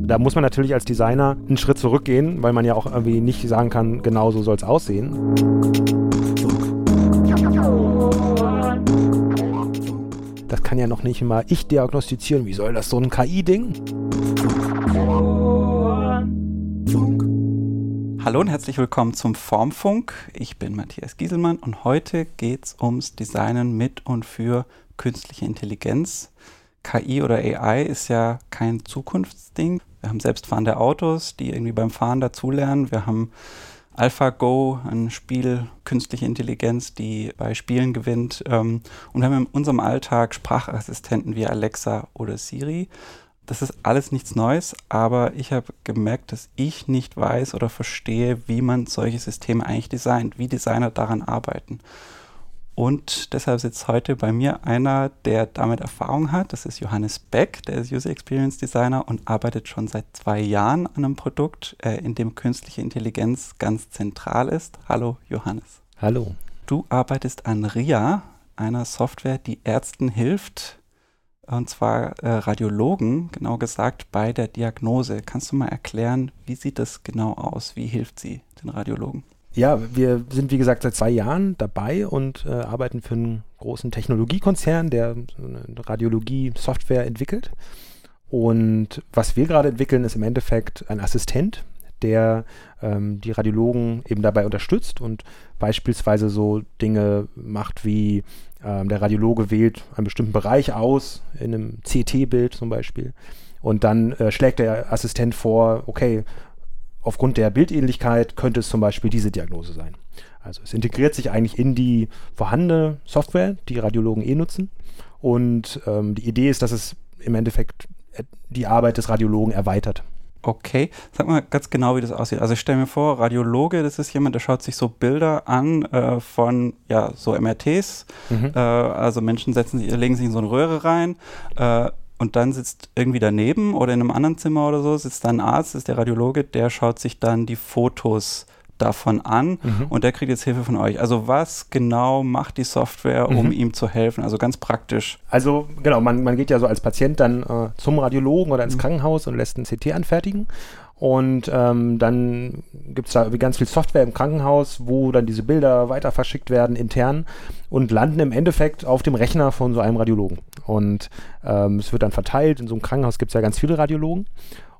Da muss man natürlich als Designer einen Schritt zurückgehen, weil man ja auch irgendwie nicht sagen kann, genau so soll es aussehen. Das kann ja noch nicht mal ich diagnostizieren. Wie soll das so ein KI-Ding? Hallo und herzlich willkommen zum Formfunk. Ich bin Matthias Gieselmann und heute geht es ums Designen mit und für künstliche Intelligenz. KI oder AI ist ja kein Zukunftsding. Wir haben selbstfahrende Autos, die irgendwie beim Fahren dazulernen. Wir haben AlphaGo, ein Spiel, künstliche Intelligenz, die bei Spielen gewinnt. Und wir haben in unserem Alltag Sprachassistenten wie Alexa oder Siri. Das ist alles nichts Neues, aber ich habe gemerkt, dass ich nicht weiß oder verstehe, wie man solche Systeme eigentlich designt, wie Designer daran arbeiten. Und deshalb sitzt heute bei mir einer, der damit Erfahrung hat. Das ist Johannes Beck, der ist User Experience Designer und arbeitet schon seit 2 Jahren an einem Produkt, in dem künstliche Intelligenz ganz zentral ist. Hallo Johannes. Hallo. Du arbeitest an RIA, einer Software, die Ärzten hilft, und zwar Radiologen, genau gesagt, bei der Diagnose. Kannst du mal erklären, wie sieht das genau aus? Wie hilft sie den Radiologen? Ja, wir sind wie gesagt seit 2 Jahren dabei und arbeiten für einen großen Technologiekonzern, der eine Radiologie-Software entwickelt. Und was wir gerade entwickeln, ist im Endeffekt ein Assistent, der die Radiologen eben dabei unterstützt und beispielsweise so Dinge macht wie der Radiologe wählt einen bestimmten Bereich aus, in einem CT-Bild zum Beispiel. Und dann schlägt der Assistent vor, okay, aufgrund der Bildähnlichkeit könnte es zum Beispiel diese Diagnose sein. Also es integriert sich eigentlich in die vorhandene Software, die Radiologen nutzen. Und die Idee ist, dass es im Endeffekt die Arbeit des Radiologen erweitert. Okay, sag mal ganz genau, wie das aussieht. Also ich stelle mir vor, Radiologe, das ist jemand, der schaut sich so Bilder an von ja, so MRTs. Also Menschen legen sich in so eine Röhre rein. Und dann sitzt irgendwie daneben oder in einem anderen Zimmer oder so, sitzt da ein Arzt, das ist der Radiologe, der schaut sich dann die Fotos davon an und der kriegt jetzt Hilfe von euch. Also was genau macht die Software, um ihm zu helfen? Also ganz praktisch. Also genau, man geht ja so als Patient dann zum Radiologen oder ins Krankenhaus und lässt ein CT anfertigen. Und dann gibt es da ganz viel Software im Krankenhaus, wo dann diese Bilder weiter verschickt werden intern und landen im Endeffekt auf dem Rechner von so einem Radiologen. Und es wird dann verteilt. In so einem Krankenhaus gibt es ja ganz viele Radiologen.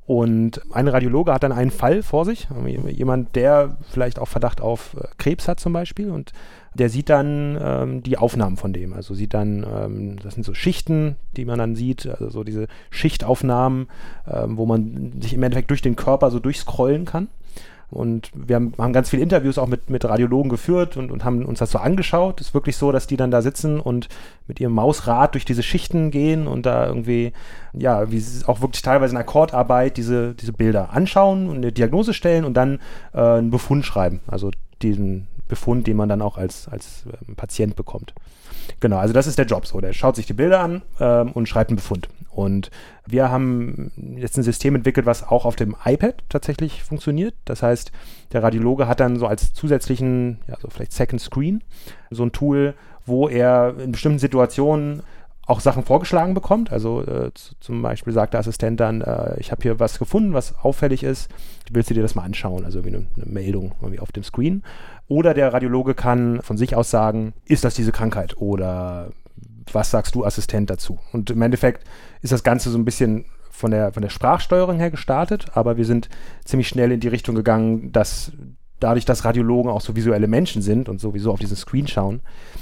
Und ein Radiologe hat dann einen Fall vor sich, jemand, der vielleicht auch Verdacht auf Krebs hat zum Beispiel, und der sieht dann die Aufnahmen von dem. Also sieht dann, das sind so Schichten, die man dann sieht, also so diese Schichtaufnahmen, wo man sich im Endeffekt durch den Körper so durchscrollen kann. Und wir haben ganz viele Interviews auch mit Radiologen geführt und haben uns das so angeschaut. Es ist wirklich so, dass die dann da sitzen und mit ihrem Mausrad durch diese Schichten gehen und da irgendwie, ja, wie auch wirklich teilweise in Akkordarbeit diese Bilder anschauen und eine Diagnose stellen und dann einen Befund schreiben. Also diesen Befund, den man dann auch als Patient bekommt. Genau, also das ist der Job so. Der schaut sich die Bilder an und schreibt einen Befund. Und wir haben jetzt ein System entwickelt, was auch auf dem iPad tatsächlich funktioniert. Das heißt, der Radiologe hat dann so als zusätzlichen, ja, so vielleicht Second Screen, so ein Tool, wo er in bestimmten Situationen auch Sachen vorgeschlagen bekommt. Also zum Beispiel sagt der Assistent dann, ich habe hier was gefunden, was auffällig ist. Willst du dir das mal anschauen? Also wie eine Meldung irgendwie auf dem Screen. Oder der Radiologe kann von sich aus sagen, ist das diese Krankheit? Oder was sagst du, Assistent, dazu? Und im Endeffekt ist das Ganze so ein bisschen von der Sprachsteuerung her gestartet, aber wir sind ziemlich schnell in die Richtung gegangen, dass dadurch, dass Radiologen auch so visuelle Menschen sind und sowieso auf diesen Screen schauen,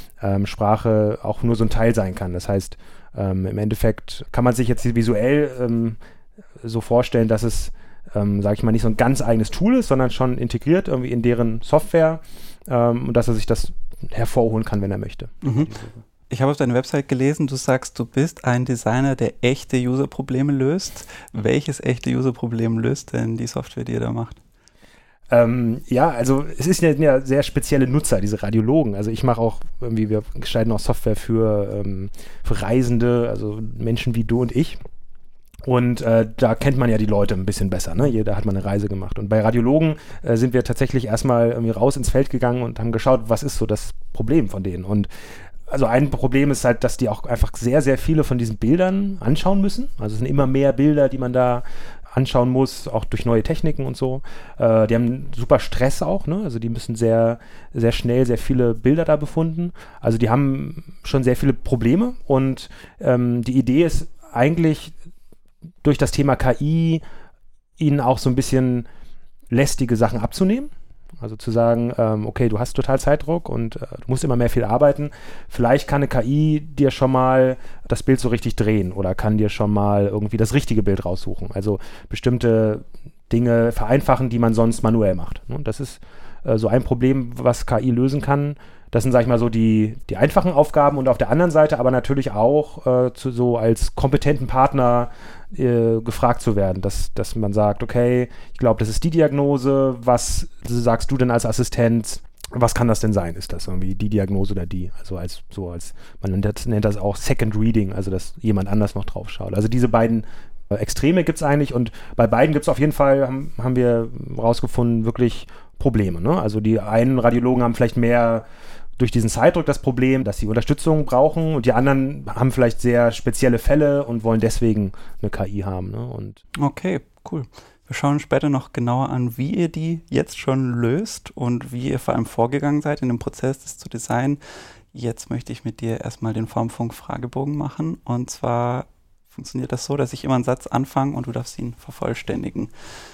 Sprache auch nur so ein Teil sein kann. Das heißt, im Endeffekt kann man sich jetzt visuell so vorstellen, dass es, sage ich mal, nicht so ein ganz eigenes Tool ist, sondern schon integriert irgendwie in deren Software und dass er sich das hervorholen kann, wenn er möchte. Ich habe auf deiner Website gelesen, du sagst, du bist ein Designer, der echte User-Probleme löst. Welches echte User-Problem löst denn die Software, die ihr da macht? Ja, also es ist ja sehr spezielle Nutzer, diese Radiologen. Also ich mache auch irgendwie, wir gestalten auch Software für Reisende, also Menschen wie du und ich. Und da kennt man ja die Leute ein bisschen besser, ne? Da hat man eine Reise gemacht. Und bei Radiologen sind wir tatsächlich erstmal irgendwie raus ins Feld gegangen und haben geschaut, was ist so das Problem von denen. Und also ein Problem ist halt, dass die auch einfach sehr, sehr viele von diesen Bildern anschauen müssen. Also es sind immer mehr Bilder, die man da anschauen muss, auch durch neue Techniken und so. Die haben super Stress auch, ne? Also die müssen sehr, sehr schnell sehr viele Bilder da befunden. Also die haben schon sehr viele Probleme und die Idee ist eigentlich durch das Thema KI ihnen auch so ein bisschen lästige Sachen abzunehmen. Also zu sagen, okay, du hast total Zeitdruck und du musst immer mehr viel arbeiten. Vielleicht kann eine KI dir schon mal das Bild so richtig drehen oder kann dir schon mal irgendwie das richtige Bild raussuchen. Also bestimmte Dinge vereinfachen, die man sonst manuell macht. Und das ist so ein Problem, was KI lösen kann. Das sind, sag ich mal, so die einfachen Aufgaben und auf der anderen Seite aber natürlich auch so als kompetenten Partner gefragt zu werden, dass man sagt, okay, ich glaube, das ist die Diagnose, was sagst du denn als Assistent, was kann das denn sein? Ist das irgendwie die Diagnose oder die? Also man nennt das auch Second Reading, also dass jemand anders noch drauf schaut. Also diese beiden Extreme gibt es eigentlich und bei beiden gibt es auf jeden Fall, haben wir rausgefunden, wirklich Probleme. Ne? Also die einen Radiologen haben vielleicht mehr durch diesen Zeitdruck das Problem, dass sie Unterstützung brauchen und die anderen haben vielleicht sehr spezielle Fälle und wollen deswegen eine KI haben. Ne? Okay, cool. Wir schauen später noch genauer an, wie ihr die jetzt schon löst und wie ihr vor allem vorgegangen seid in dem Prozess, das zu designen. Jetzt möchte ich mit dir erstmal den Formfunk-Fragebogen machen und zwar funktioniert das so, dass ich immer einen Satz anfange und du darfst ihn vervollständigen.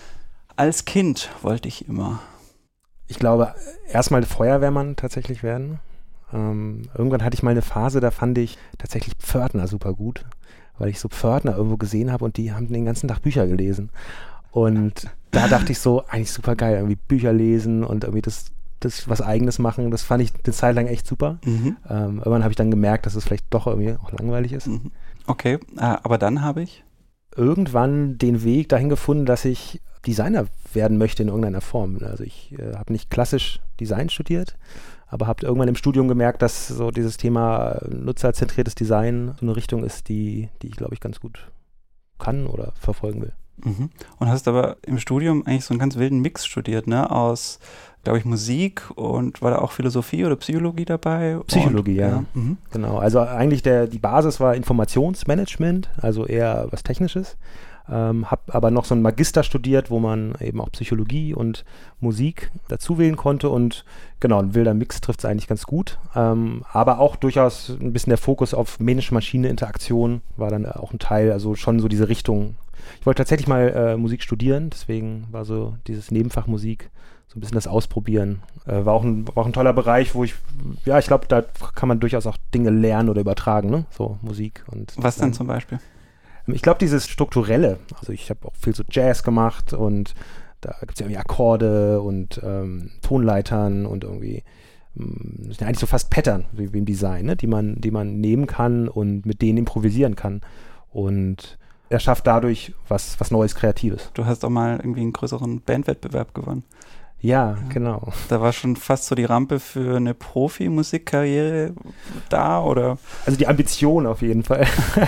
Als Kind wollte ich immer. Ich glaube, erstmal Feuerwehrmann tatsächlich werden. Irgendwann hatte ich mal eine Phase, da fand ich tatsächlich Pförtner super gut, weil ich so Pförtner irgendwo gesehen habe und die haben den ganzen Tag Bücher gelesen. Und da dachte ich so, eigentlich super geil, irgendwie Bücher lesen und irgendwie das was Eigenes machen. Das fand ich eine Zeit lang echt super. Irgendwann habe ich dann gemerkt, dass es vielleicht doch irgendwie auch langweilig ist. Okay, aber dann habe ich irgendwann den Weg dahin gefunden, dass ich Designer werden möchte in irgendeiner Form. Also ich habe nicht klassisch Design studiert, aber habe irgendwann im Studium gemerkt, dass so dieses Thema nutzerzentriertes Design so eine Richtung ist, die ich, glaube ich, ganz gut kann oder verfolgen will. Und hast aber im Studium eigentlich so einen ganz wilden Mix studiert, ne? Aus, glaube ich, Musik und war da auch Philosophie oder Psychologie dabei? Psychologie, ja. Genau. Also eigentlich die Basis war Informationsmanagement, also eher was Technisches. Habe aber noch so einen Magister studiert, wo man eben auch Psychologie und Musik dazu wählen konnte und genau, ein wilder Mix trifft es eigentlich ganz gut. Aber auch durchaus ein bisschen der Fokus auf Mensch-Maschine-Interaktion war dann auch ein Teil, also schon so diese Richtung. Ich wollte tatsächlich mal Musik studieren, deswegen war so dieses Nebenfach Musik so ein bisschen das Ausprobieren. War auch ein toller Bereich, wo ich glaube, da kann man durchaus auch Dinge lernen oder übertragen, ne? So Musik. Und was denn zum Beispiel? Ich glaube, dieses Strukturelle, also ich habe auch viel so Jazz gemacht und da gibt es ja irgendwie Akkorde und Tonleitern und irgendwie, das sind ja eigentlich so fast Pattern wie im Design, ne? die man nehmen kann und mit denen improvisieren kann. Und er schafft dadurch was Neues, Kreatives. Du hast auch mal irgendwie einen größeren Bandwettbewerb gewonnen. Ja, genau. Da war schon fast so die Rampe für eine Profi-Musikkarriere da, oder? Also die Ambition auf jeden Fall.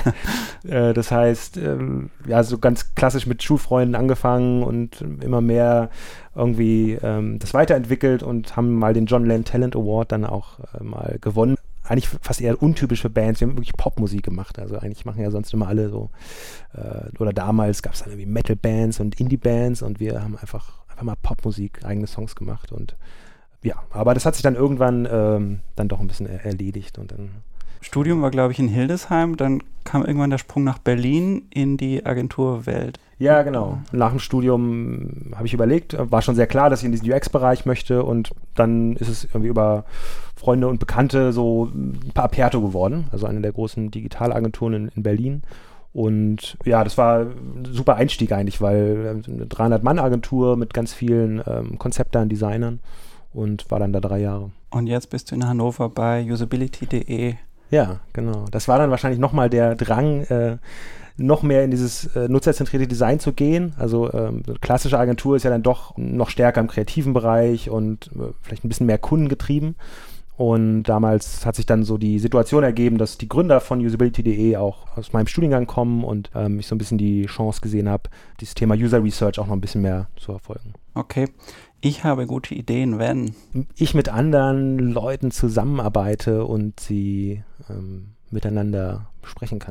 Das heißt, so ganz klassisch mit Schulfreunden angefangen und immer mehr irgendwie das weiterentwickelt und haben mal den John Land Talent Award dann auch mal gewonnen. Eigentlich fast eher untypisch für Bands. Wir haben wirklich Popmusik gemacht. Also eigentlich machen ja sonst immer alle so, oder damals gab es dann irgendwie Metal-Bands und Indie-Bands und wir haben einfach mal Popmusik, eigene Songs gemacht und ja, aber das hat sich dann irgendwann dann doch ein bisschen erledigt und dann. Studium war, glaube ich, in Hildesheim, dann kam irgendwann der Sprung nach Berlin in die Agenturwelt. Ja, genau. Nach dem Studium habe ich überlegt, war schon sehr klar, dass ich in diesen UX-Bereich möchte und dann ist es irgendwie über Freunde und Bekannte so ein paar Aperto geworden, also eine der großen Digitalagenturen in Berlin. Und ja, das war ein super Einstieg eigentlich, weil eine 300-Mann-Agentur mit ganz vielen Konzeptern, Designern und war dann da 3 Jahre. Und jetzt bist du in Hannover bei usability.de. Ja, genau. Das war dann wahrscheinlich nochmal der Drang, noch mehr in dieses nutzerzentrierte Design zu gehen. Also klassische Agentur ist ja dann doch noch stärker im kreativen Bereich und vielleicht ein bisschen mehr kundengetrieben. Und damals hat sich dann so die Situation ergeben, dass die Gründer von usability.de auch aus meinem Studiengang kommen und ich so ein bisschen die Chance gesehen habe, dieses Thema User Research auch noch ein bisschen mehr zu verfolgen. Okay. Ich habe gute Ideen, wenn ich mit anderen Leuten zusammenarbeite und sie miteinander besprechen kann.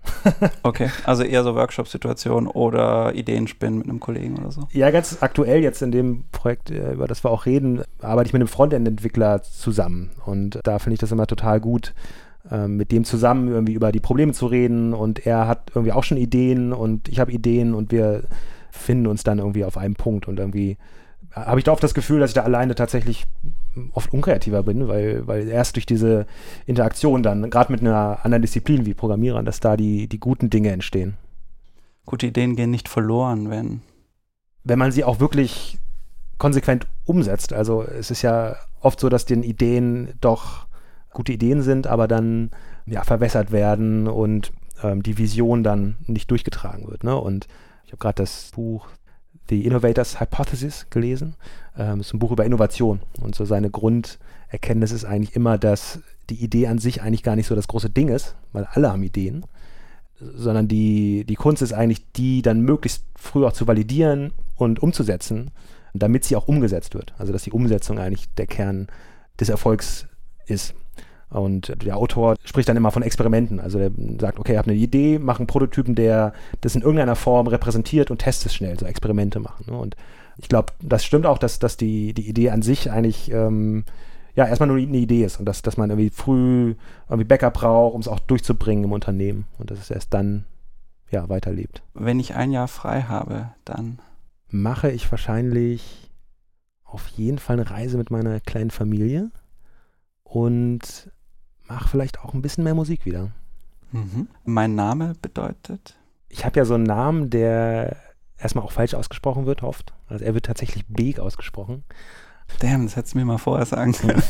Okay, also eher so Workshop-Situation oder Ideenspinnen mit einem Kollegen oder so? Ja, ganz aktuell jetzt in dem Projekt, über das wir auch reden, arbeite ich mit einem Frontend-Entwickler zusammen. Und da finde ich das immer total gut, mit dem zusammen irgendwie über die Probleme zu reden. Und er hat irgendwie auch schon Ideen und ich habe Ideen und wir finden uns dann irgendwie auf einem Punkt. Und irgendwie habe ich da oft das Gefühl, dass ich da alleine tatsächlich oft unkreativer bin, weil erst durch diese Interaktion dann, gerade mit einer anderen Disziplin wie Programmierern, dass da die guten Dinge entstehen. Gute Ideen gehen nicht verloren, wenn man sie auch wirklich konsequent umsetzt. Also es ist ja oft so, dass den Ideen doch gute Ideen sind, aber dann ja verwässert werden und die Vision dann nicht durchgetragen wird. Ne? Und ich habe gerade das Buch The Innovator's Hypothesis gelesen. Das ist ein Buch über Innovation. Und so seine Grunderkenntnis ist eigentlich immer, dass die Idee an sich eigentlich gar nicht so das große Ding ist, weil alle haben Ideen, sondern die Kunst ist eigentlich, die dann möglichst früh auch zu validieren und umzusetzen, damit sie auch umgesetzt wird. Also dass die Umsetzung eigentlich der Kern des Erfolgs ist. Und der Autor spricht dann immer von Experimenten. Also er sagt, okay, ich habe eine Idee, mache einen Prototypen, der das in irgendeiner Form repräsentiert und testet es schnell, so Experimente machen. Ne? Und ich glaube, das stimmt auch, dass die Idee an sich eigentlich erstmal nur eine Idee ist und dass man irgendwie früh irgendwie Backup braucht, um es auch durchzubringen im Unternehmen und dass es erst dann weiterlebt. Wenn ich ein Jahr frei habe, dann mache ich wahrscheinlich auf jeden Fall eine Reise mit meiner kleinen Familie und mache vielleicht auch ein bisschen mehr Musik wieder. Mhm. Mein Name bedeutet? Ich habe ja so einen Namen, der erstmal auch falsch ausgesprochen wird, oft. Also er wird tatsächlich Beek ausgesprochen. Damn, das hättest du mir mal vorher sagen können.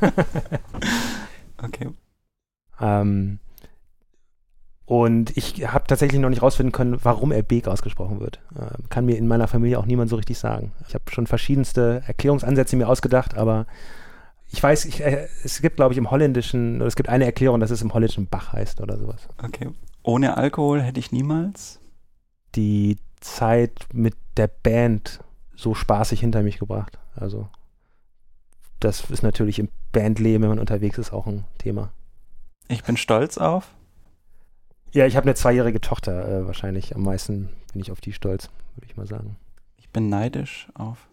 Okay. Und ich habe tatsächlich noch nicht rausfinden können, warum er Beek ausgesprochen wird. Kann mir in meiner Familie auch niemand so richtig sagen. Ich habe schon verschiedenste Erklärungsansätze mir ausgedacht, aber ich weiß, es gibt, glaube ich, im Holländischen, oder es gibt eine Erklärung, dass es im Holländischen Bach heißt oder sowas. Okay. Ohne Alkohol hätte ich niemals die Zeit mit der Band so spaßig hinter mich gebracht. Also das ist natürlich im Bandleben, wenn man unterwegs ist, auch ein Thema. Ich bin stolz auf? Ja, ich habe eine 2-jährige Tochter. Wahrscheinlich am meisten bin ich auf die stolz, würde ich mal sagen. Ich bin neidisch auf?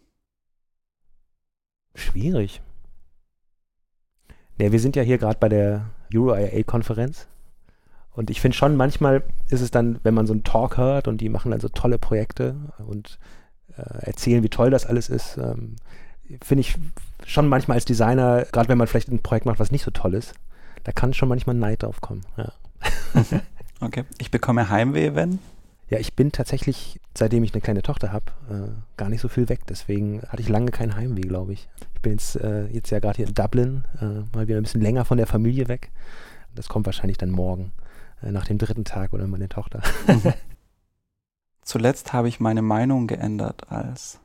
Schwierig. Ja, wir sind ja hier gerade bei der EuroIA-Konferenz und ich finde schon, manchmal ist es dann, wenn man so einen Talk hört und die machen dann so tolle Projekte und erzählen, wie toll das alles ist, finde ich schon manchmal als Designer, gerade wenn man vielleicht ein Projekt macht, was nicht so toll ist, da kann schon manchmal Neid drauf kommen. Ja. Okay. Ich bekomme Heimweh, wenn? Ja, ich bin tatsächlich, seitdem ich eine kleine Tochter habe, gar nicht so viel weg. Deswegen hatte ich lange kein Heimweh, glaube ich. Ich bin jetzt ja gerade hier in Dublin, mal wieder ein bisschen länger von der Familie weg. Das kommt wahrscheinlich dann morgen, nach dem 3. Tag oder meine Tochter. Mhm. Zuletzt habe ich meine Meinung geändert als?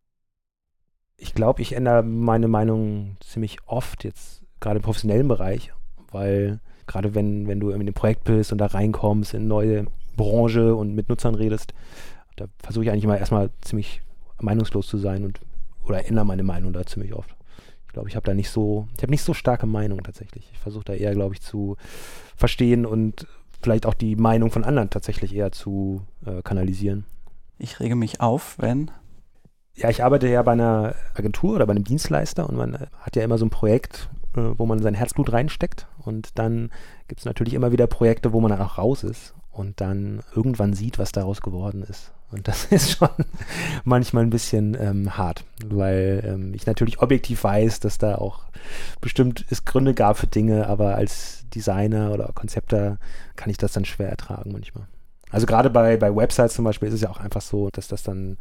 Ich glaube, ich ändere meine Meinung ziemlich oft, jetzt gerade im professionellen Bereich, weil gerade wenn du in einem Projekt bist und da reinkommst in eine neue Branche und mit Nutzern redest, da versuche ich eigentlich immer erstmal ziemlich meinungslos zu sein oder ändere meine Meinung da ziemlich oft. Ich glaube, ich habe nicht so starke Meinung tatsächlich. Ich versuche da eher, glaube ich, zu verstehen und vielleicht auch die Meinung von anderen tatsächlich eher zu kanalisieren. Ich rege mich auf, wenn? Ja, ich arbeite ja bei einer Agentur oder bei einem Dienstleister und man hat ja immer so ein Projekt, wo man sein Herzblut reinsteckt und dann gibt es natürlich immer wieder Projekte, wo man dann auch raus ist und dann irgendwann sieht, was daraus geworden ist. Und das ist schon manchmal ein bisschen hart, weil ich natürlich objektiv weiß, dass da auch bestimmt es Gründe gab für Dinge, aber als Designer oder Konzepter kann ich das dann schwer ertragen manchmal. Also gerade bei Websites zum Beispiel ist es ja auch einfach so, dass das dann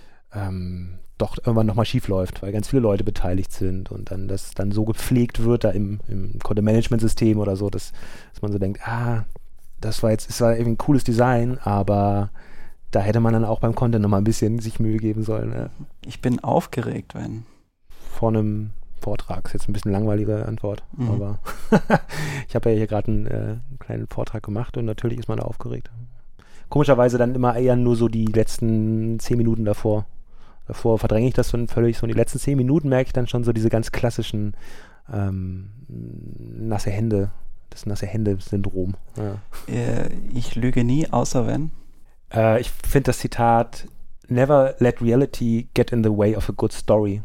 doch irgendwann nochmal schief läuft, weil ganz viele Leute beteiligt sind und dann das dann so gepflegt wird da im Content-Management-System oder so, dass man so denkt, es war irgendwie ein cooles Design, aber da hätte man dann auch beim Content nochmal ein bisschen sich Mühe geben sollen. Ja. Ich bin aufgeregt, wenn? Vor einem Vortrag, ist jetzt ein bisschen langweilige Antwort, aber ich habe ja hier gerade einen kleinen Vortrag gemacht und natürlich ist man da aufgeregt. Komischerweise dann immer eher nur so die letzten 10 Minuten davor. Davor verdränge ich das dann völlig so. Und die letzten 10 Minuten merke ich dann schon so diese ganz klassischen nasse Hände das nasse Hände-Syndrom. Ja. Ich lüge nie, außer wenn. Ich finde das Zitat "Never let reality get in the way of a good story"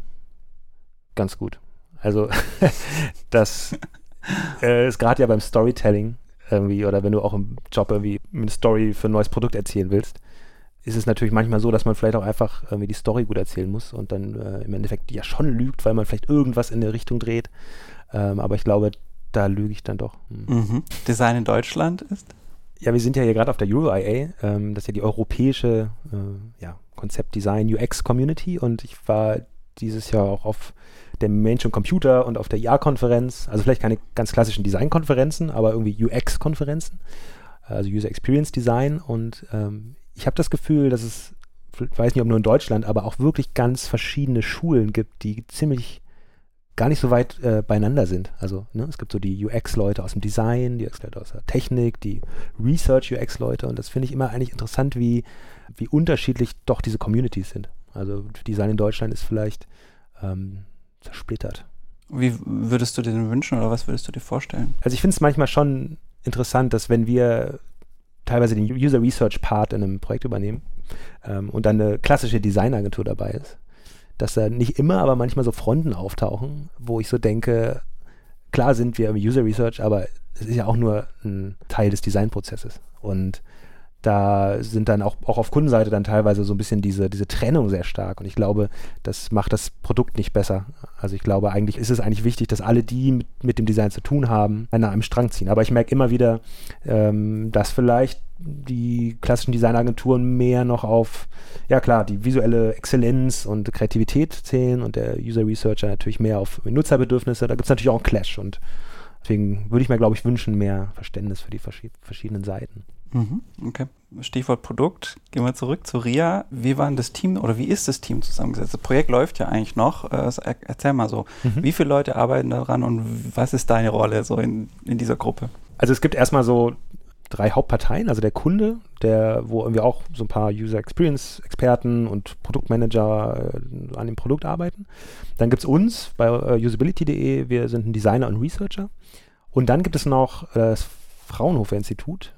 ganz gut. Also das ist gerade ja beim Storytelling irgendwie, oder wenn du auch im Job irgendwie eine Story für ein neues Produkt erzählen willst, ist es natürlich manchmal so, dass man vielleicht auch einfach irgendwie die Story gut erzählen muss und dann im Endeffekt ja schon lügt, weil man vielleicht irgendwas in der Richtung dreht. Aber ich glaube, da lüge ich dann doch. Design in Deutschland ist? Ja, wir sind ja hier gerade auf der EuroIA, das ist ja die europäische Konzept-Design UX-Community, und ich war dieses Jahr auch auf der Mainstream Computer und auf der IA-Konferenz, also vielleicht keine ganz klassischen Design-Konferenzen, aber irgendwie UX-Konferenzen, also User Experience Design, und ich habe das Gefühl, dass es, ich weiß nicht, ob nur in Deutschland, aber auch wirklich ganz verschiedene Schulen gibt, die ziemlich gar nicht so weit beieinander sind. Also es gibt so die UX-Leute aus dem Design, die UX-Leute aus der Technik, die Research-UX-Leute, und das finde ich immer eigentlich interessant, wie unterschiedlich doch diese Communities sind. Also Design in Deutschland ist vielleicht zersplittert. Wie würdest du dir denn wünschen, oder was würdest du dir vorstellen? Also ich finde es manchmal schon interessant, dass wenn wir teilweise den User Research Part in einem Projekt übernehmen und dann eine klassische Designagentur dabei ist, dass da nicht immer, aber manchmal so Fronten auftauchen, wo ich so denke, klar sind wir im User Research, aber es ist ja auch nur ein Teil des Designprozesses. Und da sind dann auch auf Kundenseite dann teilweise so ein bisschen diese Trennung sehr stark. Und ich glaube, das macht das Produkt nicht besser. Also ich glaube, eigentlich ist es eigentlich wichtig, dass alle, die mit dem Design zu tun haben, an einem Strang ziehen. Aber ich merke immer wieder, dass vielleicht die klassischen Designagenturen mehr noch auf, ja klar, die visuelle Exzellenz und Kreativität zählen und der User Researcher natürlich mehr auf Nutzerbedürfnisse. Da gibt es natürlich auch einen Clash, und deswegen würde ich mir, glaube ich, wünschen, mehr Verständnis für die verschiedenen Seiten. Okay. Stichwort Produkt. Gehen wir zurück zu RIA. Wie war denn das Team, oder wie ist das Team zusammengesetzt? Das Projekt läuft ja eigentlich noch. Erzähl mal so. Wie viele Leute arbeiten daran und was ist deine Rolle so in dieser Gruppe? Also es gibt erstmal so 3 Hauptparteien. Also der Kunde, wo irgendwie auch so ein paar User Experience Experten und Produktmanager an dem Produkt arbeiten. Dann gibt es uns bei usability.de. Wir sind ein Designer und Researcher. Und dann gibt es noch das Fraunhofer-Institut,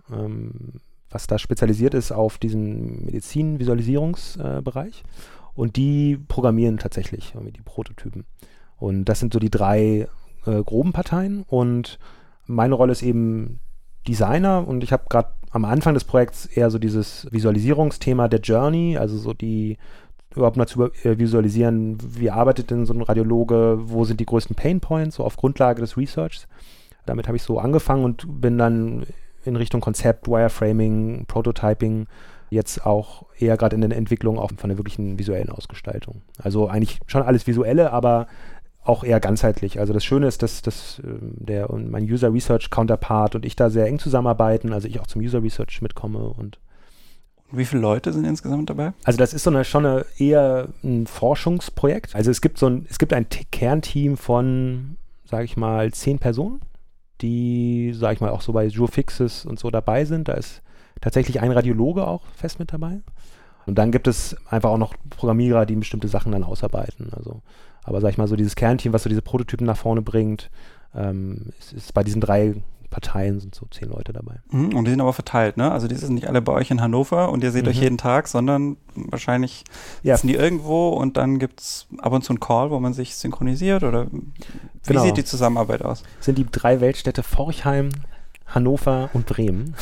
was da spezialisiert ist auf diesen Medizin-Visualisierungsbereich, und die programmieren tatsächlich irgendwie die Prototypen. Und das sind so die 3 groben Parteien, und meine Rolle ist eben Designer, und ich habe gerade am Anfang des Projekts eher so dieses Visualisierungsthema der Journey, also so die überhaupt mal zu visualisieren, wie arbeitet denn so ein Radiologe, wo sind die größten Painpoints, so auf Grundlage des Researchs. Damit habe ich so angefangen und bin dann in Richtung Konzept, Wireframing, Prototyping jetzt auch eher gerade in der Entwicklung auch von der wirklichen visuellen Ausgestaltung. Also eigentlich schon alles Visuelle, aber auch eher ganzheitlich. Also das Schöne ist, dass mein User Research Counterpart und ich da sehr eng zusammenarbeiten, also ich auch zum User Research mitkomme. Und wie viele Leute sind insgesamt dabei? Also das ist schon eher ein Forschungsprojekt. Also es gibt ein Kernteam von, sage ich mal, 10 Personen, die, sag ich mal, auch so bei Jurfixes und so dabei sind. Da ist tatsächlich ein Radiologe auch fest mit dabei. Und dann gibt es einfach auch noch Programmierer, die bestimmte Sachen dann ausarbeiten. Also, aber sag ich mal, so dieses Kernteam, was so diese Prototypen nach vorne bringt, ist bei diesen 3 Parteien sind so 10 Leute dabei. Und die sind aber verteilt, ne? Also die sind nicht alle bei euch in Hannover und ihr seht euch jeden Tag, sondern wahrscheinlich sitzen die irgendwo und dann gibt es ab und zu einen Call, wo man sich synchronisiert, oder wie sieht die Zusammenarbeit aus? Sind die 3 Weltstädte Forchheim, Hannover und Bremen.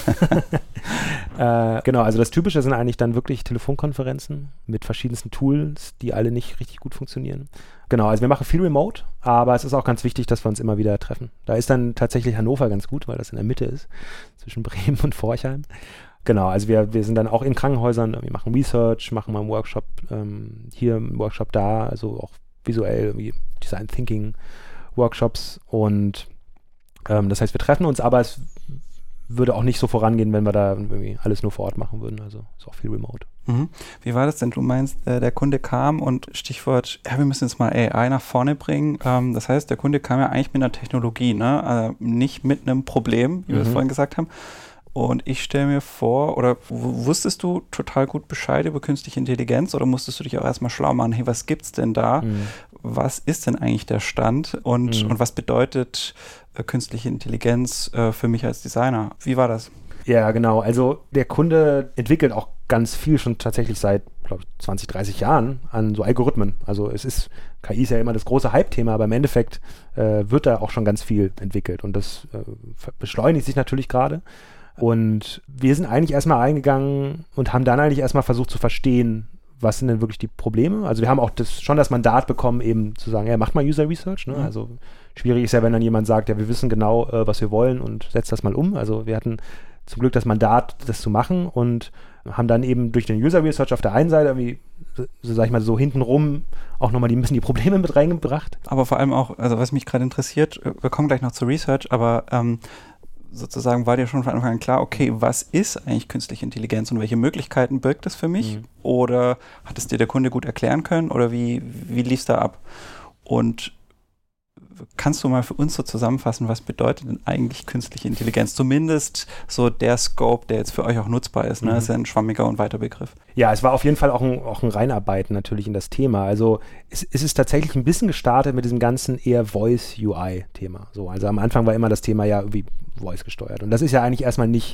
Genau, also das Typische sind eigentlich dann wirklich Telefonkonferenzen mit verschiedensten Tools, die alle nicht richtig gut funktionieren. Genau, also wir machen viel Remote, aber es ist auch ganz wichtig, dass wir uns immer wieder treffen. Da ist dann tatsächlich Hannover ganz gut, weil das in der Mitte ist, zwischen Bremen und Forchheim. Genau, also wir sind dann auch in Krankenhäusern, wir machen Research, machen mal einen Workshop hier, einen Workshop da, also auch visuell wie Design Thinking Workshops, und das heißt, wir treffen uns, aber es würde auch nicht so vorangehen, wenn wir da irgendwie alles nur vor Ort machen würden. Also ist auch viel Remote. Wie war das denn? Du meinst, der Kunde kam und Stichwort, wir müssen jetzt mal AI nach vorne bringen. Das heißt, der Kunde kam ja eigentlich mit einer Technologie, ne? Nicht mit einem Problem, wie wir es vorhin gesagt haben. Und ich stelle mir vor, oder wusstest du total gut Bescheid über künstliche Intelligenz, oder musstest du dich auch erstmal schlau machen, hey, was gibt's denn da? Was ist denn eigentlich der Stand und was bedeutet künstliche Intelligenz für mich als Designer. Wie war das? Ja, genau. Also der Kunde entwickelt auch ganz viel schon tatsächlich seit, glaube ich, 20, 30 Jahren an so Algorithmen. Also KI ist ja immer das große Hype-Thema, aber im Endeffekt wird da auch schon ganz viel entwickelt und das beschleunigt sich natürlich gerade. Und wir sind eigentlich erstmal eingegangen und haben dann eigentlich erstmal versucht zu verstehen, was sind denn wirklich die Probleme. Also wir haben auch schon das Mandat bekommen, eben zu sagen, ja, macht mal User Research. Ne? Also schwierig ist ja, wenn dann jemand sagt, ja, wir wissen genau, was wir wollen und setzt das mal um. Also wir hatten zum Glück das Mandat, das zu machen und haben dann eben durch den User Research auf der einen Seite irgendwie, so sag ich mal, so hintenrum auch nochmal ein bisschen die Probleme mit reingebracht. Aber vor allem auch, also was mich gerade interessiert, wir kommen gleich noch zur Research, aber sozusagen war dir schon von Anfang an klar, okay, was ist eigentlich künstliche Intelligenz und welche Möglichkeiten birgt es für mich? Oder hat es dir der Kunde gut erklären können oder wie lief es da ab? Und kannst du mal für uns so zusammenfassen, was bedeutet denn eigentlich künstliche Intelligenz? Zumindest so der Scope, der jetzt für euch auch nutzbar ist. Ne? Das ist ja ein schwammiger und weiter Begriff. Ja, es war auf jeden Fall auch ein Reinarbeiten natürlich in das Thema. Also es ist tatsächlich ein bisschen gestartet mit diesem ganzen eher Voice-UI-Thema. So, also am Anfang war immer das Thema ja irgendwie Voice gesteuert. Und das ist ja eigentlich erstmal nicht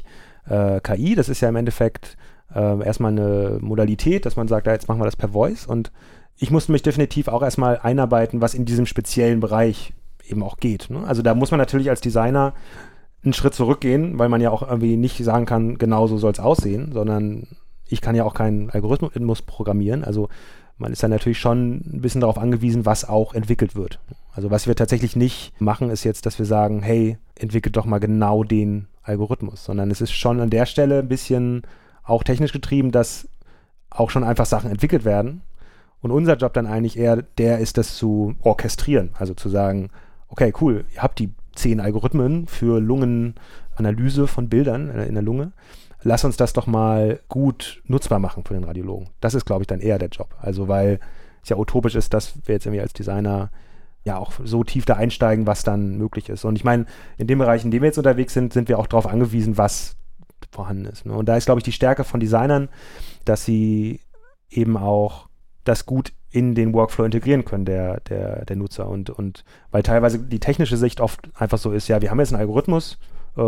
KI, das ist ja im Endeffekt erstmal eine Modalität, dass man sagt, ja, jetzt machen wir das per Voice. Und ich musste mich definitiv auch erstmal einarbeiten, was in diesem speziellen Bereich eben auch geht. Ne? Also da muss man natürlich als Designer einen Schritt zurückgehen, weil man ja auch irgendwie nicht sagen kann, genau so soll es aussehen, sondern ich kann ja auch keinen Algorithmus programmieren. Also man ist dann natürlich schon ein bisschen darauf angewiesen, was auch entwickelt wird. Also was wir tatsächlich nicht machen, ist jetzt, dass wir sagen, hey, entwickelt doch mal genau den Algorithmus, sondern es ist schon an der Stelle ein bisschen auch technisch getrieben, dass auch schon einfach Sachen entwickelt werden. Und unser Job dann eigentlich eher der ist, das zu orchestrieren. Also zu sagen, okay, cool, ihr habt die 10 Algorithmen für Lungenanalyse von Bildern in der Lunge. Lass uns das doch mal gut nutzbar machen für den Radiologen. Das ist, glaube ich, dann eher der Job. Also weil es ja utopisch ist, dass wir jetzt irgendwie als Designer ja auch so tief da einsteigen, was dann möglich ist. Und ich meine, in dem Bereich, in dem wir jetzt unterwegs sind, sind wir auch darauf angewiesen, was vorhanden ist. Ne? Und da ist, glaube ich, die Stärke von Designern, dass sie eben auch das gut in den Workflow integrieren können, der Nutzer. Und weil teilweise die technische Sicht oft einfach so ist, ja, wir haben jetzt einen Algorithmus,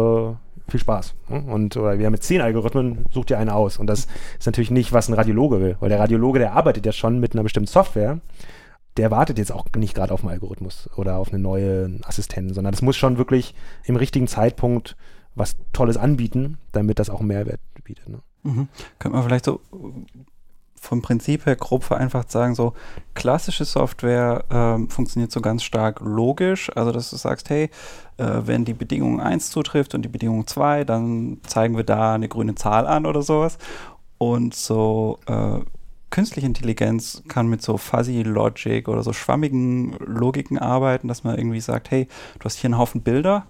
viel Spaß. Ne? Oder wir haben jetzt 10 Algorithmen, such dir einen aus. Und das ist natürlich nicht, was ein Radiologe will. Weil der Radiologe, der arbeitet ja schon mit einer bestimmten Software, der wartet jetzt auch nicht gerade auf einen Algorithmus oder auf eine neue Assistenten, sondern das muss schon wirklich im richtigen Zeitpunkt was Tolles anbieten, damit das auch einen Mehrwert bietet. Ne? Könnte man vielleicht so vom Prinzip her grob vereinfacht sagen, so klassische Software funktioniert so ganz stark logisch, also dass du sagst, hey, wenn die Bedingung 1 zutrifft und die Bedingung 2, dann zeigen wir da eine grüne Zahl an oder sowas. Und so künstliche Intelligenz kann mit so Fuzzy Logic oder so schwammigen Logiken arbeiten, dass man irgendwie sagt, hey, du hast hier einen Haufen Bilder